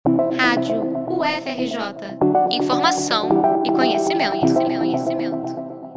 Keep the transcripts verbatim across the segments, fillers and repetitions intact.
Rádio U F R J. Informação e conhecimento, conhecimento, conhecimento.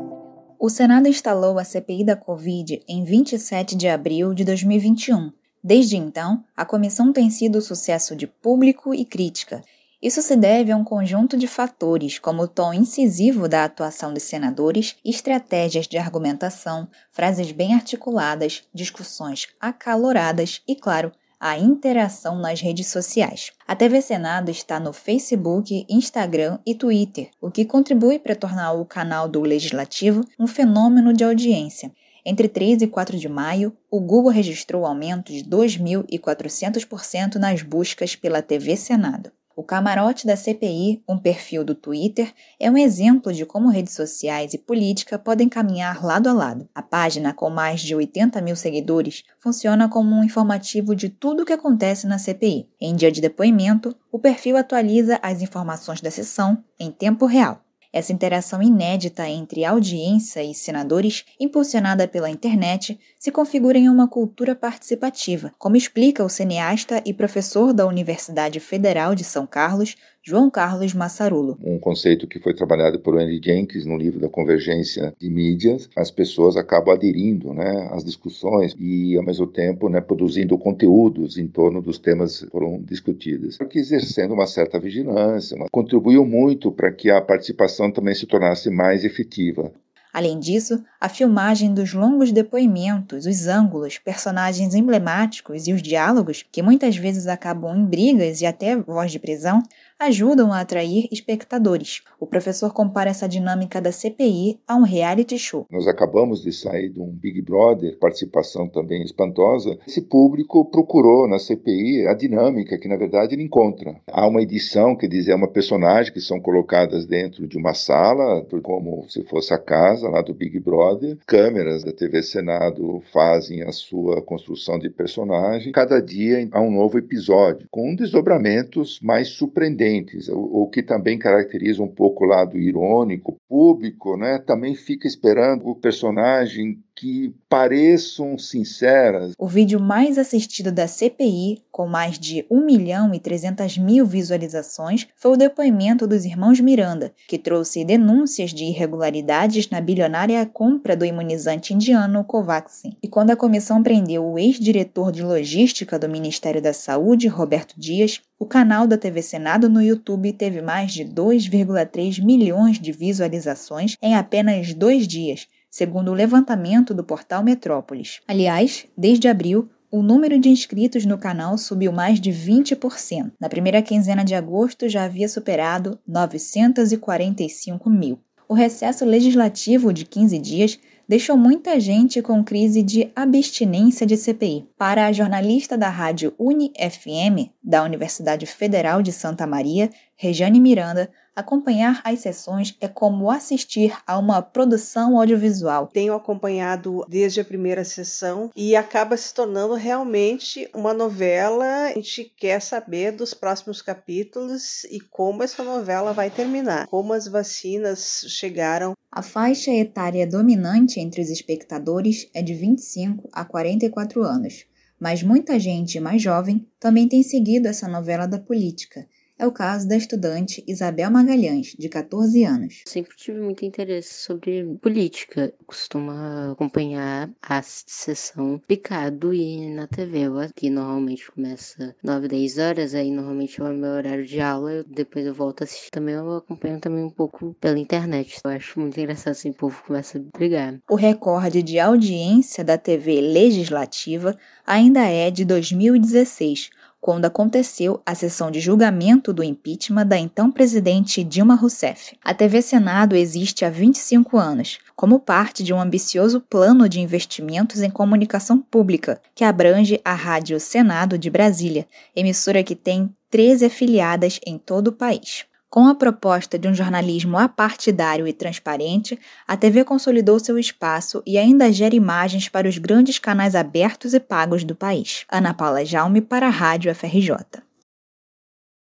O Senado instalou a C P I da Covid em vinte e sete de abril de dois mil e vinte e um. Desde então, a comissão tem sido sucesso de público e crítica. Isso se deve a um conjunto de fatores, como o tom incisivo da atuação dos senadores, estratégias de argumentação, frases bem articuladas, discussões acaloradas e, claro, a interação nas redes sociais. A T V Senado está no Facebook, Instagram e Twitter, o que contribui para tornar o canal do Legislativo um fenômeno de audiência. Entre três e quatro de maio, o Google registrou aumento de dois mil e quatrocentos por cento nas buscas pela T V Senado. O camarote da C P I, um perfil do Twitter, é um exemplo de como redes sociais e política podem caminhar lado a lado. A página, com mais de oitenta mil seguidores, funciona como um informativo de tudo o que acontece na C P I. Em dia de depoimento, o perfil atualiza as informações da sessão em tempo real. Essa interação inédita entre audiência e senadores, impulsionada pela internet, se configura em uma cultura participativa, como explica o cineasta e professor da Universidade Federal de São Carlos, João Carlos Massarulo. Um conceito que foi trabalhado por Andy Jenkins no livro da Convergência de Mídias. As pessoas acabam aderindo, né, às discussões e, ao mesmo tempo, né, produzindo conteúdos em torno dos temas que foram discutidos. Porque exercendo uma certa vigilância, uma... contribuiu muito para que a participação também se tornasse mais efetiva. Além disso, a filmagem dos longos depoimentos, os ângulos, personagens emblemáticos e os diálogos, que muitas vezes acabam em brigas e até voz de prisão, ajudam a atrair espectadores. O professor compara essa dinâmica da C P I a um reality show. Nós acabamos de sair de um Big Brother, participação também espantosa. Esse público procurou na C P I a dinâmica que, na verdade, ele encontra. Há uma edição, que diz, é uma personagem que são colocadas dentro de uma sala, como se fosse a casa lá do Big Brother. Câmeras da T V Senado fazem a sua construção de personagem. Cada dia há um novo episódio, com desdobramentos mais surpreendentes. O, o que também caracteriza um pouco o lado irônico, público, né? Também fica esperando o personagem que pareçam sinceras. O vídeo mais assistido da C P I, com mais de um milhão e trezentas mil visualizações, foi o depoimento dos irmãos Miranda, que trouxe denúncias de irregularidades na bilionária compra do imunizante indiano Covaxin. E quando a comissão prendeu o ex-diretor de logística do Ministério da Saúde, Roberto Dias, o canal da T V Senado no YouTube teve mais de dois vírgula três milhões de visualizações em apenas dois dias, segundo o levantamento do portal Metrópolis. Aliás, desde abril, o número de inscritos no canal subiu mais de vinte por cento. Na primeira quinzena de agosto já havia superado novecentos e quarenta e cinco mil. O recesso legislativo de quinze dias deixou muita gente com crise de abstinência de C P I. Para a jornalista da rádio Uni-F M, da Universidade Federal de Santa Maria, Rejane Miranda, acompanhar as sessões é como assistir a uma produção audiovisual. Tenho acompanhado desde a primeira sessão e acaba se tornando realmente uma novela. A gente quer saber dos próximos capítulos e como essa novela vai terminar, como as vacinas chegaram. A faixa etária dominante entre os espectadores é de vinte e cinco a quarenta e quatro anos, mas muita gente mais jovem também tem seguido essa novela da política. É o caso da estudante Isabel Magalhães, de catorze anos. Sempre tive muito interesse sobre política. Costumo acompanhar a sessão picado e na T V, que normalmente começa nove, dez horas, aí normalmente é o meu horário de aula, eu, depois eu volto a assistir. Também eu acompanho também um pouco pela internet. Eu acho muito engraçado assim, o povo começa a brigar. O recorde de audiência da T V legislativa ainda é de dois mil e dezesseis, quando aconteceu a sessão de julgamento do impeachment da então presidente Dilma Rousseff. A T V Senado existe há vinte e cinco anos, como parte de um ambicioso plano de investimentos em comunicação pública, que abrange a Rádio Senado de Brasília, emissora que tem treze afiliadas em todo o país. Com a proposta de um jornalismo apartidário e transparente, a T V consolidou seu espaço e ainda gera imagens para os grandes canais abertos e pagos do país. Ana Paula Jaume para a Rádio F R J.